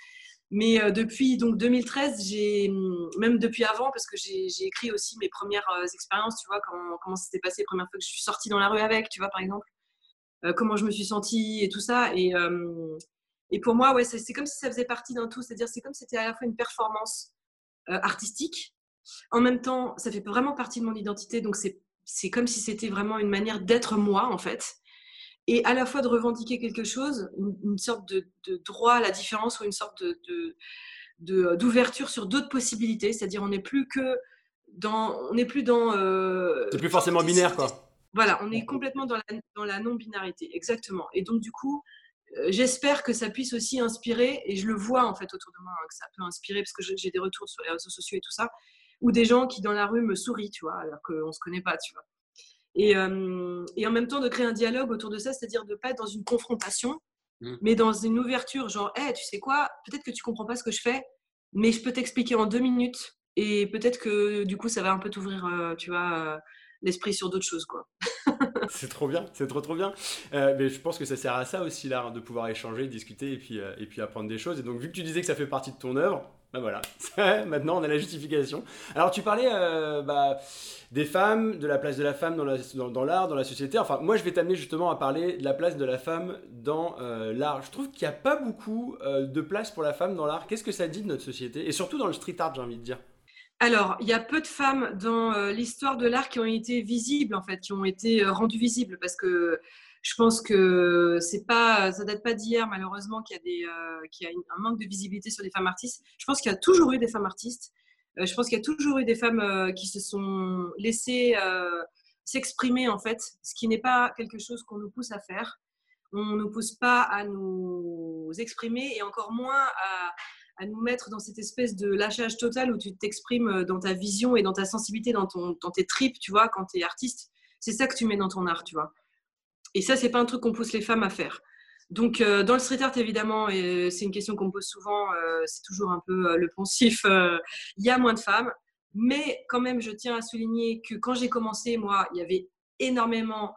Mais euh, depuis donc deux mille treize, j'ai, même depuis avant, parce que j'ai, j'ai écrit aussi mes premières euh, expériences, tu vois, comment, comment ça s'était passé la première fois que je suis sortie dans la rue avec, tu vois, par exemple, euh, comment je me suis sentie et tout ça. Et, euh, et pour moi, ouais, c'est, c'est comme si ça faisait partie d'un tout, c'est-à-dire c'est comme si c'était à la fois une performance euh, artistique, en même temps, ça fait vraiment partie de mon identité, donc c'est, c'est comme si c'était vraiment une manière d'être moi, en fait. Et à la fois de revendiquer quelque chose, une, une sorte de, de droit à la différence ou une sorte de, de, de, d'ouverture sur d'autres possibilités. C'est-à-dire, on n'est plus que dans, on n'est plus dans. Euh, C'est plus forcément binaire, quoi. Voilà, on est complètement dans la, dans la non-binarité, exactement. Et donc, du coup, euh, j'espère que ça puisse aussi inspirer, et je le vois en fait autour de moi, hein, que ça peut inspirer, parce que j'ai des retours sur les réseaux sociaux et tout ça, ou des gens qui dans la rue me sourient, tu vois, alors qu'on ne se connaît pas, tu vois. Et, euh, et en même temps de créer un dialogue autour de ça, c'est-à-dire de ne pas être dans une confrontation, mmh. mais dans une ouverture, genre, hey, tu sais quoi, peut-être que tu ne comprends pas ce que je fais, mais je peux t'expliquer en deux minutes, et peut-être que du coup, ça va un peu t'ouvrir, euh, tu vois, euh, l'esprit sur d'autres choses, quoi. C'est trop bien, c'est trop trop bien. Euh, mais je pense que ça sert à ça aussi l'art, hein, de pouvoir échanger, discuter et puis, euh, et puis apprendre des choses. Et donc vu que tu disais que ça fait partie de ton œuvre, ben voilà, maintenant on a la justification. Alors tu parlais euh, bah, des femmes, de la place de la femme dans, la, dans, dans l'art, dans la société. Enfin moi je vais t'amener justement à parler de la place de la femme dans euh, l'art. Je trouve qu'il n'y a pas beaucoup euh, de place pour la femme dans l'art. Qu'est-ce que ça dit de notre société? Et surtout dans le street art, j'ai envie de dire. Alors, il y a peu de femmes dans euh, l'histoire de l'art qui ont été visibles, en fait, qui ont été euh, rendues visibles, parce que je pense que c'est pas, ça date pas d'hier, malheureusement, qu'il y a, des, euh, qu'il y a une, un manque de visibilité sur les femmes artistes. Je pense qu'il y a toujours eu des femmes artistes. Euh, je pense qu'il y a toujours eu des femmes euh, qui se sont laissées euh, s'exprimer, en fait, ce qui n'est pas quelque chose qu'on nous pousse à faire. On ne nous pousse pas à nous exprimer, et encore moins à à nous mettre dans cette espèce de lâchage total où tu t'exprimes dans ta vision et dans ta sensibilité, dans, ton, dans tes tripes, tu vois, quand tu es artiste. C'est ça que tu mets dans ton art, tu vois. Et ça, c'est pas un truc qu'on pousse les femmes à faire. Donc, euh, dans le street art, évidemment, et c'est une question qu'on me pose souvent, euh, c'est toujours un peu euh, le poncif, il euh, y a moins de femmes. Mais quand même, je tiens à souligner que quand j'ai commencé, moi, il y avait énormément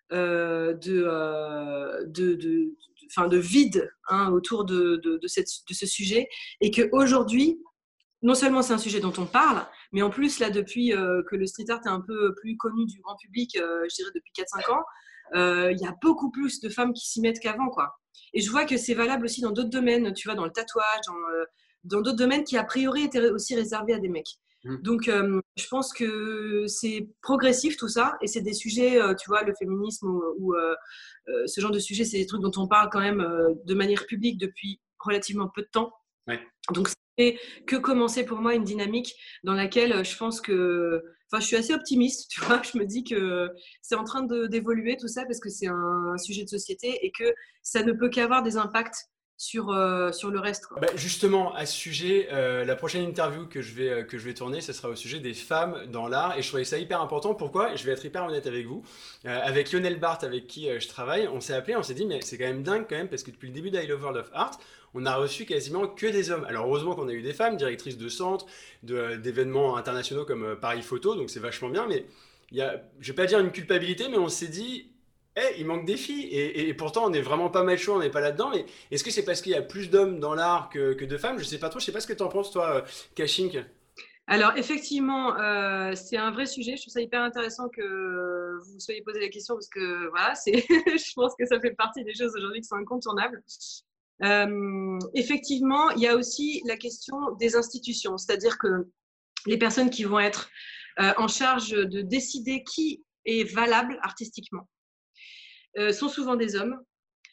euh, de, euh, de, de, Enfin, de vide, hein, autour de, de, de, cette, de ce sujet, et qu'aujourd'hui, non seulement c'est un sujet dont on parle, mais en plus, là, depuis euh, que le street art est un peu plus connu du grand public, euh, je dirais depuis quatre cinq ans, il euh, y a beaucoup plus de femmes qui s'y mettent qu'avant, quoi. Et je vois que c'est valable aussi dans d'autres domaines, tu vois, dans le tatouage, dans, euh, dans d'autres domaines qui, a priori, étaient aussi réservés à des mecs. Donc, euh, je pense que c'est progressif tout ça, et c'est des sujets, euh, tu vois, le féminisme ou, ou euh, euh, ce genre de sujets, c'est des trucs dont on parle quand même euh, de manière publique depuis relativement peu de temps. Ouais. Donc, c'est que commencer pour moi une dynamique dans laquelle je pense que, enfin, je suis assez optimiste, tu vois, je me dis que c'est en train de, d'évoluer tout ça parce que c'est un, un sujet de société et que ça ne peut qu'avoir des impacts sur, euh, sur le reste, quoi. Bah justement, à ce sujet, euh, la prochaine interview que je, vais, euh, que je vais tourner, ce sera au sujet des femmes dans l'art. Et je trouvais ça hyper important. Pourquoi? Je vais être hyper honnête avec vous. Euh, avec Lionel Barthes, avec qui euh, je travaille, on s'est appelé, on s'est dit, mais c'est quand même dingue quand même, parce que depuis le début d'I Love World of Art, on a reçu quasiment que des hommes. Alors heureusement qu'on a eu des femmes, directrices de centres, de, euh, d'événements internationaux comme euh, Paris Photo, donc c'est vachement bien. Mais il y a, je vais pas dire une culpabilité, mais on s'est dit... Hey, il manque des filles, et, et, et pourtant on n'est vraiment pas mal chaud, on n'est pas là-dedans, mais est-ce que c'est parce qu'il y a plus d'hommes dans l'art que, que de femmes? Je sais pas trop, je sais pas ce que tu en penses toi, Kashink. Alors effectivement, euh, c'est un vrai sujet, je trouve ça hyper intéressant que vous vous soyez posé la question parce que voilà, c'est, je pense que ça fait partie des choses aujourd'hui qui sont incontournables. Euh, effectivement, il y a aussi la question des institutions, c'est-à-dire que les personnes qui vont être euh, en charge de décider qui est valable artistiquement euh, sont souvent des hommes,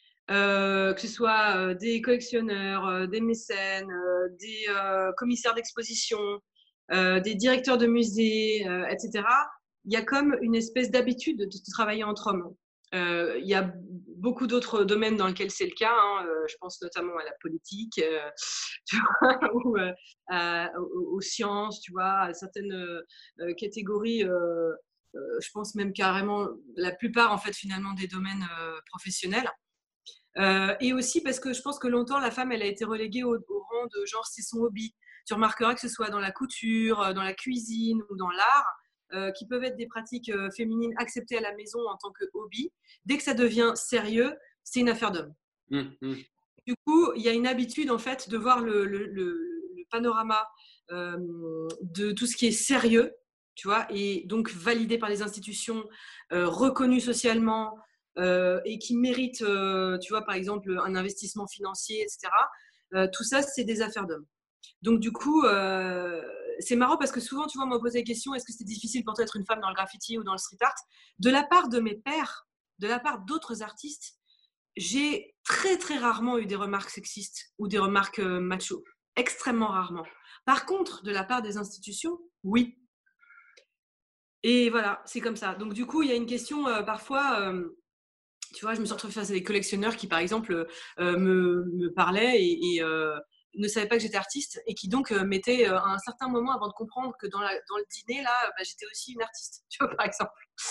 euh, que ce soit euh, des collectionneurs, euh, des mécènes, euh, des euh, commissaires d'exposition, euh, des directeurs de musées, euh, et cetera. Il y a comme une espèce d'habitude de, de travailler entre hommes. Euh, il y a beaucoup d'autres domaines dans lesquels c'est le cas, hein. Euh, je pense notamment à la politique, euh, tu vois, ou euh, à, aux, aux sciences, tu vois, à certaines euh, catégories. Euh, euh, je pense même carrément la plupart en fait finalement des domaines euh, professionnels. Euh, et aussi parce que je pense que longtemps la femme elle a été reléguée au, au rang de genre c'est son hobby. Tu remarqueras que ce soit dans la couture, dans la cuisine ou dans l'art, euh, qui peuvent être des pratiques euh, féminines acceptées à la maison en tant que hobby. Dès que ça devient sérieux, c'est une affaire d'homme. Mmh, mmh. du coup, il y a une habitude en fait de voir le, le, le, le panorama euh, de tout ce qui est sérieux, tu vois, et donc validé par les institutions, euh, reconnu socialement euh, et qui mérite, euh, tu vois, par exemple, un investissement financier, et cetera. Euh, tout ça, c'est des affaires d'hommes. Donc du coup, euh, c'est marrant parce que souvent, tu vois, on m'a posé la question, est-ce que c'était difficile pour toi d'être une femme dans le graffiti ou dans le street art? De la part de mes pairs, de la part d'autres artistes, j'ai très très rarement eu des remarques sexistes ou des remarques euh, macho, extrêmement rarement. Par contre, de la part des institutions, oui. Et voilà, c'est comme ça. Donc du coup, il y a une question euh, parfois, euh, tu vois, je me suis retrouvée face à des collectionneurs qui, par exemple, euh, me, me parlaient et, et euh, ne savaient pas que j'étais artiste et qui donc euh, mettaient euh, à un certain moment avant de comprendre que dans, la, dans le dîner, là, bah, j'étais aussi une artiste, tu vois, par exemple.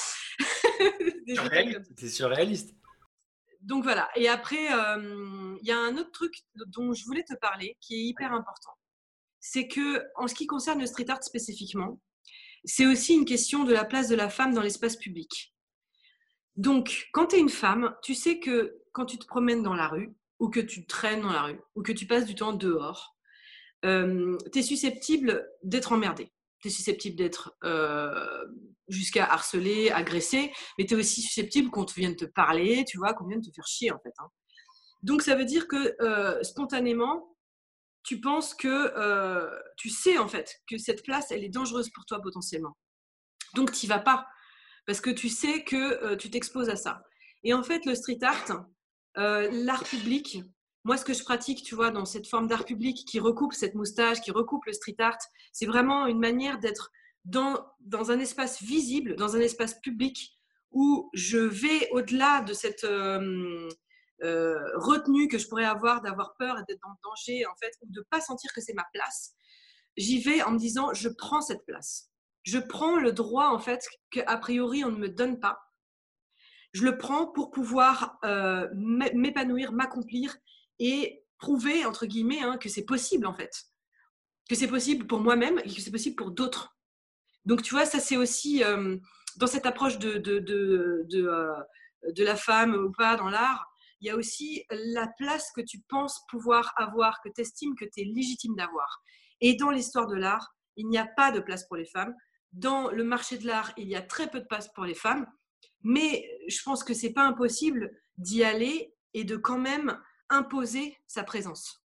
C'est surréaliste. Donc voilà. Et après, il euh, y a un autre truc dont je voulais te parler qui est hyper important. C'est que, en ce qui concerne le street art spécifiquement, c'est aussi une question de la place de la femme dans l'espace public. Donc, quand tu es une femme, tu sais que quand tu te promènes dans la rue, ou que tu traînes dans la rue, ou que tu passes du temps dehors, euh, tu es susceptible d'être emmerdée. Tu es susceptible d'être euh, jusqu'à harcelée, agressée, mais tu es aussi susceptible qu'on vienne te parler, tu vois, qu'on vienne te faire chier, en fait. Hein. Donc, ça veut dire que euh, spontanément, tu penses que euh, tu sais, en fait, que cette place, elle est dangereuse pour toi potentiellement. Donc, tu n'y vas pas. Parce que tu sais que euh, tu t'exposes à ça. Et en fait, le street art, euh, l'art public, moi, ce que je pratique, tu vois, dans cette forme d'art public qui recoupe cette moustache, qui recoupe le street art, c'est vraiment une manière d'être dans, dans un espace visible, dans un espace public, où je vais au-delà de cette euh, euh, retenue que je pourrais avoir, d'avoir peur et d'être dans le danger, en fait, ou de ne pas sentir que c'est ma place. J'y vais en me disant, je prends cette place. Je prends le droit, en fait, qu'a priori, on ne me donne pas. Je le prends pour pouvoir euh, m'épanouir, m'accomplir et prouver, entre guillemets, hein, que c'est possible, en fait. Que c'est possible pour moi-même et que c'est possible pour d'autres. Donc, tu vois, ça, c'est aussi, euh, dans cette approche de, de, de, de, euh, de la femme ou pas dans l'art, il y a aussi la place que tu penses pouvoir avoir, que tu estimes que tu es légitime d'avoir. Et dans l'histoire de l'art, il n'y a pas de place pour les femmes. Dans le marché de l'art, il y a très peu de place pour les femmes. Mais je pense que ce n'est pas impossible d'y aller et de quand même imposer sa présence.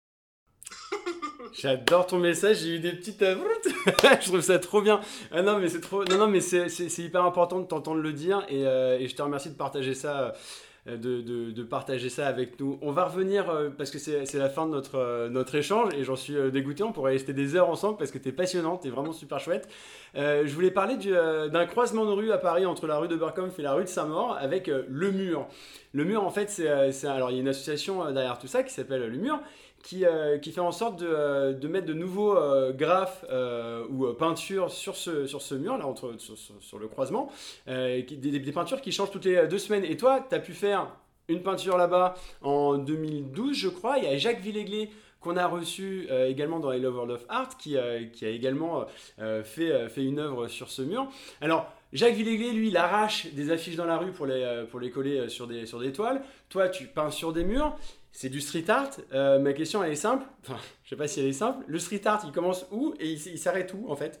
J'adore ton message, j'ai eu des petites... je trouve ça trop bien. Ah non, mais c'est trop... non, non, mais c'est, c'est, c'est hyper important de t'entendre le dire et, euh, et je te remercie de partager ça. De, de, de partager ça avec nous. On va revenir euh, parce que c'est, c'est la fin de notre, euh, notre échange et j'en suis euh, dégoûté. On pourrait rester des heures ensemble parce que t'es passionnante, t'es vraiment super chouette. Euh, je voulais parler du, euh, d'un croisement de rue à Paris entre la rue de Berckhoff et la rue de Saint-Maur avec euh, Le Mur. Le Mur, en fait, c'est, euh, c'est alors il y a une association euh, derrière tout ça qui s'appelle Le Mur. Qui, euh, qui fait en sorte de, euh, de mettre de nouveaux euh, graphes euh, ou euh, peintures sur ce, sur ce mur, là, entre, sur, sur, sur le croisement, euh, qui, des, des peintures qui changent toutes les deux semaines. Et toi, tu as pu faire une peinture là-bas en deux mille douze, je crois. Il y a Jacques Villéglet qu'on a reçu euh, également dans Hello World of Art, qui, euh, qui a également euh, fait, euh, fait une œuvre sur ce mur. Alors, Jacques Villéglet, lui, il arrache des affiches dans la rue pour les, euh, pour les coller sur des, sur des toiles. Toi, tu peins sur des murs. C'est du street art. Euh, ma question, elle est simple. Enfin, je sais pas si elle est simple. Le street art, il commence où et il, il s'arrête où, en fait?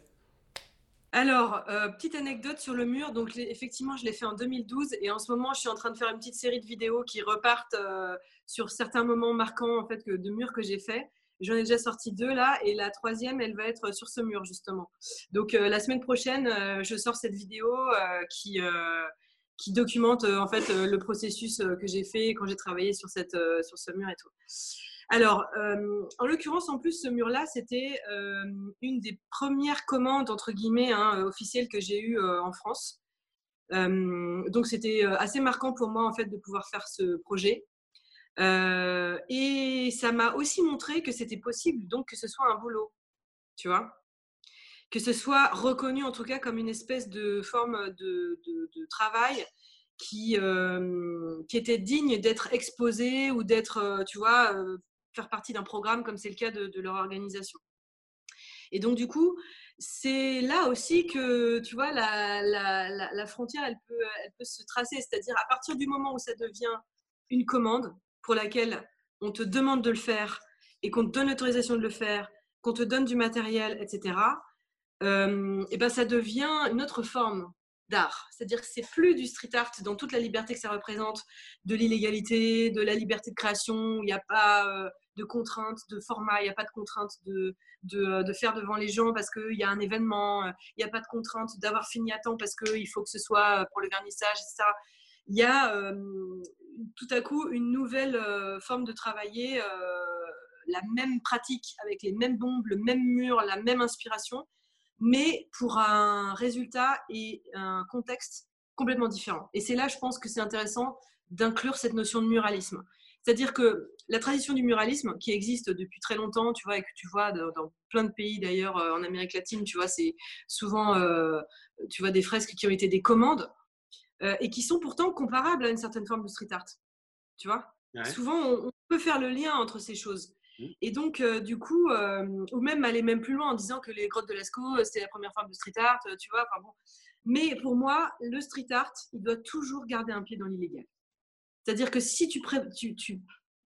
Alors, euh, petite anecdote sur le mur. Donc, effectivement, je l'ai fait en deux mille douze et en ce moment, je suis en train de faire une petite série de vidéos qui repartent euh, sur certains moments marquants en fait, que, de murs que j'ai fait. J'en ai déjà sorti deux là et la troisième, elle va être sur ce mur justement. Donc, euh, la semaine prochaine, euh, je sors cette vidéo euh, qui... Euh, qui documente euh, en fait euh, le processus euh, que j'ai fait quand j'ai travaillé sur, cette, euh, sur ce mur et tout. Alors, euh, en l'occurrence, en plus, ce mur-là, c'était euh, une des premières commandes, entre guillemets, hein, officielles que j'ai eues euh, en France. Euh, donc, c'était assez marquant pour moi, en fait, de pouvoir faire ce projet. Euh, et ça m'a aussi montré que c'était possible, donc, que ce soit un boulot, tu vois, que ce soit reconnu, en tout cas, comme une espèce de forme de, de, de travail qui, euh, qui était digne d'être exposé ou d'être, euh, tu vois, euh, faire partie d'un programme comme c'est le cas de, de leur organisation. Et donc, du coup, c'est là aussi que, tu vois, la, la, la, la frontière, elle peut, elle peut se tracer. C'est-à-dire, à partir du moment où ça devient une commande pour laquelle on te demande de le faire et qu'on te donne l'autorisation de le faire, qu'on te donne du matériel, et cetera, euh, et ben ça devient une autre forme d'art. C'est-à-dire que c'est plus du street art dans toute la liberté que ça représente, de l'illégalité, de la liberté de création, il n'y a pas euh, de contraintes de format, il n'y a pas de contraintes de, de, de faire devant les gens parce qu'il y a un événement, il n'y a pas de contraintes d'avoir fini à temps parce qu'il faut que ce soit pour le vernissage, et cetera. Il y a euh, tout à coup une nouvelle euh, forme de travailler euh, la même pratique avec les mêmes bombes, le même mur, la même inspiration, mais pour un résultat et un contexte complètement différent. Et c'est là, je pense que c'est intéressant d'inclure cette notion de muralisme. C'est-à-dire que la tradition du muralisme, qui existe depuis très longtemps, tu vois, et que tu vois dans, dans plein de pays d'ailleurs en Amérique latine, tu vois, c'est souvent, euh, tu vois, des fresques qui ont été des commandes euh, et qui sont pourtant comparables à une certaine forme de street art. Tu vois, ouais. Souvent, on, on peut faire le lien entre ces choses. Et donc, euh, du coup, euh, ou même aller même plus loin en disant que les grottes de Lascaux, c'était la première forme de street art, tu vois. Enfin bon. Mais pour moi, le street art, il doit toujours garder un pied dans l'illégal. C'est-à-dire que si tu, pré- tu, tu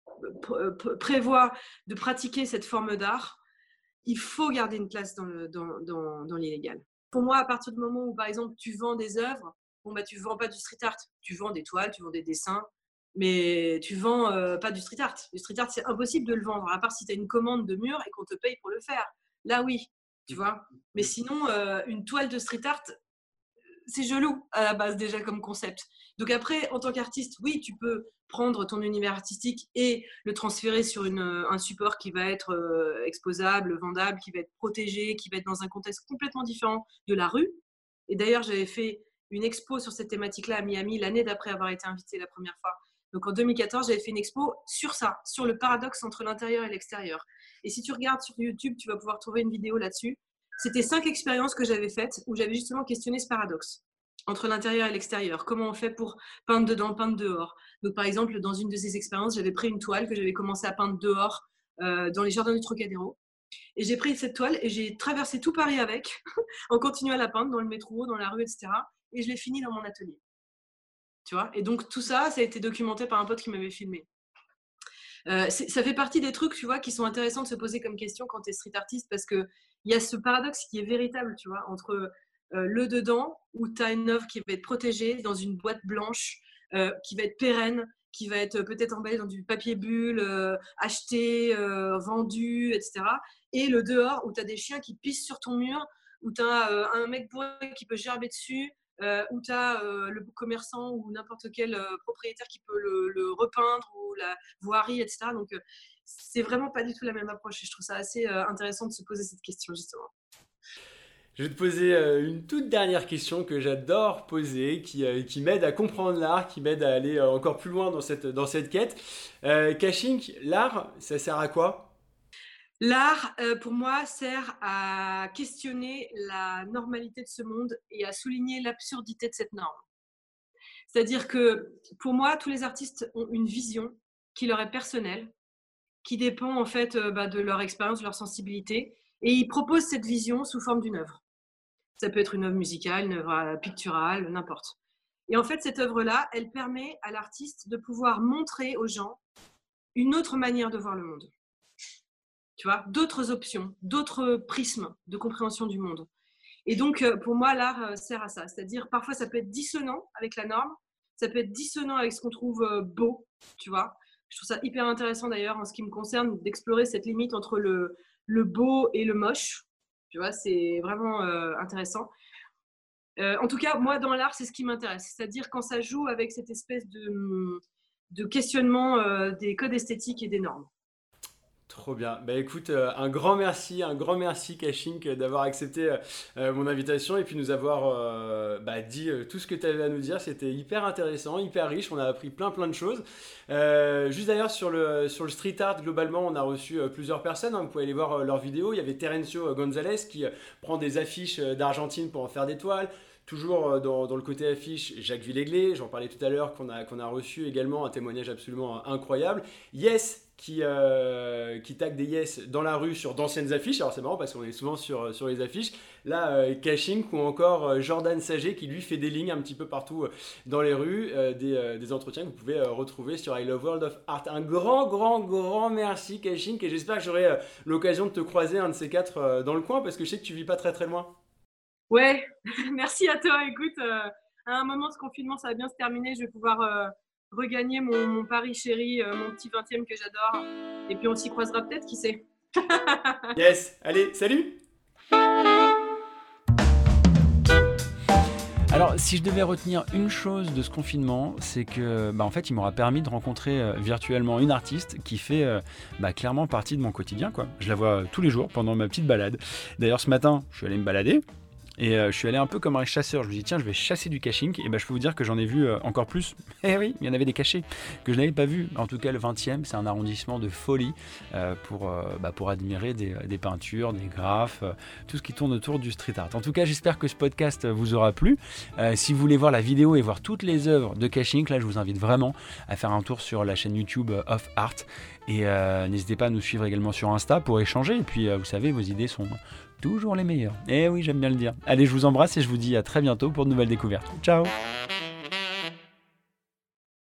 pr- prévois de pratiquer cette forme d'art, il faut garder une place dans, le, dans, dans, dans l'illégal. Pour moi, à partir du moment où, par exemple, tu vends des œuvres, bon, bah, tu ne vends pas du street art. Tu vends des toiles, tu vends des dessins, mais tu vends euh, pas du street art. Du street art, c'est impossible de le vendre, à part si tu as une commande de mur et qu'on te paye pour le faire. Là, oui, tu vois. Mais sinon, euh, une toile de street art, c'est gelou à la base déjà comme concept. Donc après, en tant qu'artiste, oui, tu peux prendre ton univers artistique et le transférer sur une, un support qui va être euh, exposable, vendable, qui va être protégé, qui va être dans un contexte complètement différent de la rue. Et d'ailleurs, j'avais fait une expo sur cette thématique-là à Miami l'année d'après avoir été invitée la première fois. Donc en deux mille quatorze, j'avais fait une expo sur ça, sur le paradoxe entre l'intérieur et l'extérieur. Et si tu regardes sur YouTube, tu vas pouvoir trouver une vidéo là-dessus. C'était cinq expériences que j'avais faites où j'avais justement questionné ce paradoxe entre l'intérieur et l'extérieur. Comment on fait pour peindre dedans, peindre dehors. Donc par exemple, dans une de ces expériences, j'avais pris une toile que j'avais commencé à peindre dehors euh, dans les jardins du Trocadéro. Et j'ai pris cette toile et j'ai traversé tout Paris avec, en continuant à la peindre dans le métro, dans la rue, et cetera. Et je l'ai fini dans mon atelier. Tu vois ? Et donc tout ça, ça a été documenté par un pote qui m'avait filmé. Euh, ça fait partie des trucs, tu vois, qui sont intéressants de se poser comme question quand tu es street artiste, parce qu'il y a ce paradoxe qui est véritable, tu vois, entre euh, le dedans, où tu as une œuvre qui va être protégée dans une boîte blanche, euh, qui va être pérenne, qui va être peut-être emballée dans du papier bulle, euh, acheté, euh, vendu, et cetera. Et le dehors, où tu as des chiens qui pissent sur ton mur, où tu as euh, un mec bourré qui peut gerber dessus, Euh, où tu as euh, le commerçant ou n'importe quel euh, propriétaire qui peut le, le repeindre ou la voirie, et cetera. Donc, euh, c'est vraiment pas du tout la même approche et je trouve ça assez euh, intéressant de se poser cette question, justement. Je vais te poser euh, une toute dernière question que j'adore poser, qui, euh, qui m'aide à comprendre l'art, qui m'aide à aller euh, encore plus loin dans cette, dans cette quête. Euh, Kashink, l'art, ça sert à quoi ? L'art, euh, pour moi, sert à questionner la normalité de ce monde et à souligner l'absurdité de cette norme. C'est-à-dire que, pour moi, tous les artistes ont une vision qui leur est personnelle, qui dépend en fait euh, bah, de leur expérience, de leur sensibilité, et ils proposent cette vision sous forme d'une œuvre. Ça peut être une œuvre musicale, une œuvre picturale, n'importe. Et en fait, cette œuvre-là, elle permet à l'artiste de pouvoir montrer aux gens une autre manière de voir le monde. Tu vois, d'autres options, d'autres prismes de compréhension du monde. Et donc, pour moi, l'art sert à ça. C'est-à-dire, parfois, ça peut être dissonant avec la norme, ça peut être dissonant avec ce qu'on trouve beau, tu vois. Je trouve ça hyper intéressant, d'ailleurs, en ce qui me concerne, d'explorer cette limite entre le, le beau et le moche. Tu vois, c'est vraiment euh, intéressant. Euh, en tout cas, moi, dans l'art, c'est ce qui m'intéresse. C'est-à-dire quand ça joue avec cette espèce de, de questionnement euh, des codes esthétiques et des normes. Trop bien. Bah écoute, euh, un grand merci, un grand merci Kashink d'avoir accepté euh, mon invitation et puis nous avoir euh, bah, dit euh, tout ce que tu avais à nous dire. C'était hyper intéressant, hyper riche. On a appris plein plein de choses. Euh, juste d'ailleurs sur le, sur le street art, globalement, on a reçu euh, plusieurs personnes. Hein, vous pouvez aller voir euh, leurs vidéos. Il y avait Terencio Gonzalez qui euh, prend des affiches euh, d'Argentine pour en faire des toiles. toujours dans, dans le côté affiche, Jacques Villéglet, j'en parlais tout à l'heure, qu'on a, qu'on a reçu également, un témoignage absolument incroyable. Yes, qui, euh, qui tag des Yes dans la rue sur d'anciennes affiches. Alors c'est marrant parce qu'on est souvent sur, sur les affiches. Là, euh, Caching ou encore euh, Jordan Saget qui lui fait des lignes un petit peu partout euh, dans les rues, euh, des, euh, des entretiens que vous pouvez euh, retrouver sur I Love World of Art. Un grand, grand, grand merci Caching, et j'espère que j'aurai euh, l'occasion de te croiser un de ces quatre euh, dans le coin parce que je sais que tu vis pas très très loin. Ouais, merci à toi. Écoute, euh, à un moment, ce confinement, ça va bien se terminer. Je vais pouvoir euh, regagner mon, mon Paris chéri, euh, mon petit vingtième que j'adore. Et puis, on s'y croisera peut-être, qui sait. Yes, allez, salut! Alors, si je devais retenir une chose de ce confinement, c'est que, bah, en fait, il m'aura permis de rencontrer euh, virtuellement une artiste qui fait euh, bah, clairement partie de mon quotidien, quoi. Je la vois tous les jours pendant ma petite balade. D'ailleurs, ce matin, je suis allé me balader. Et euh, je suis allé un peu comme un chasseur, je me dis tiens je vais chasser du caching, et ben je peux vous dire que j'en ai vu euh, encore plus. Eh oui, il y en avait des cachés que je n'avais pas vus. En tout cas le vingtième, c'est un arrondissement de folie euh, pour, euh, bah, pour admirer des, des peintures, des graphes, euh, tout ce qui tourne autour du street art. En tout cas j'espère que ce podcast vous aura plu. Euh, si vous voulez voir la vidéo et voir toutes les œuvres de Caching, là je vous invite vraiment à faire un tour sur la chaîne YouTube of Art. Et euh, n'hésitez pas à nous suivre également sur Insta pour échanger. Et puis euh, vous savez, vos idées sont toujours les meilleures. Eh oui, j'aime bien le dire. Allez, je vous embrasse et je vous dis à très bientôt pour de nouvelles découvertes. Ciao!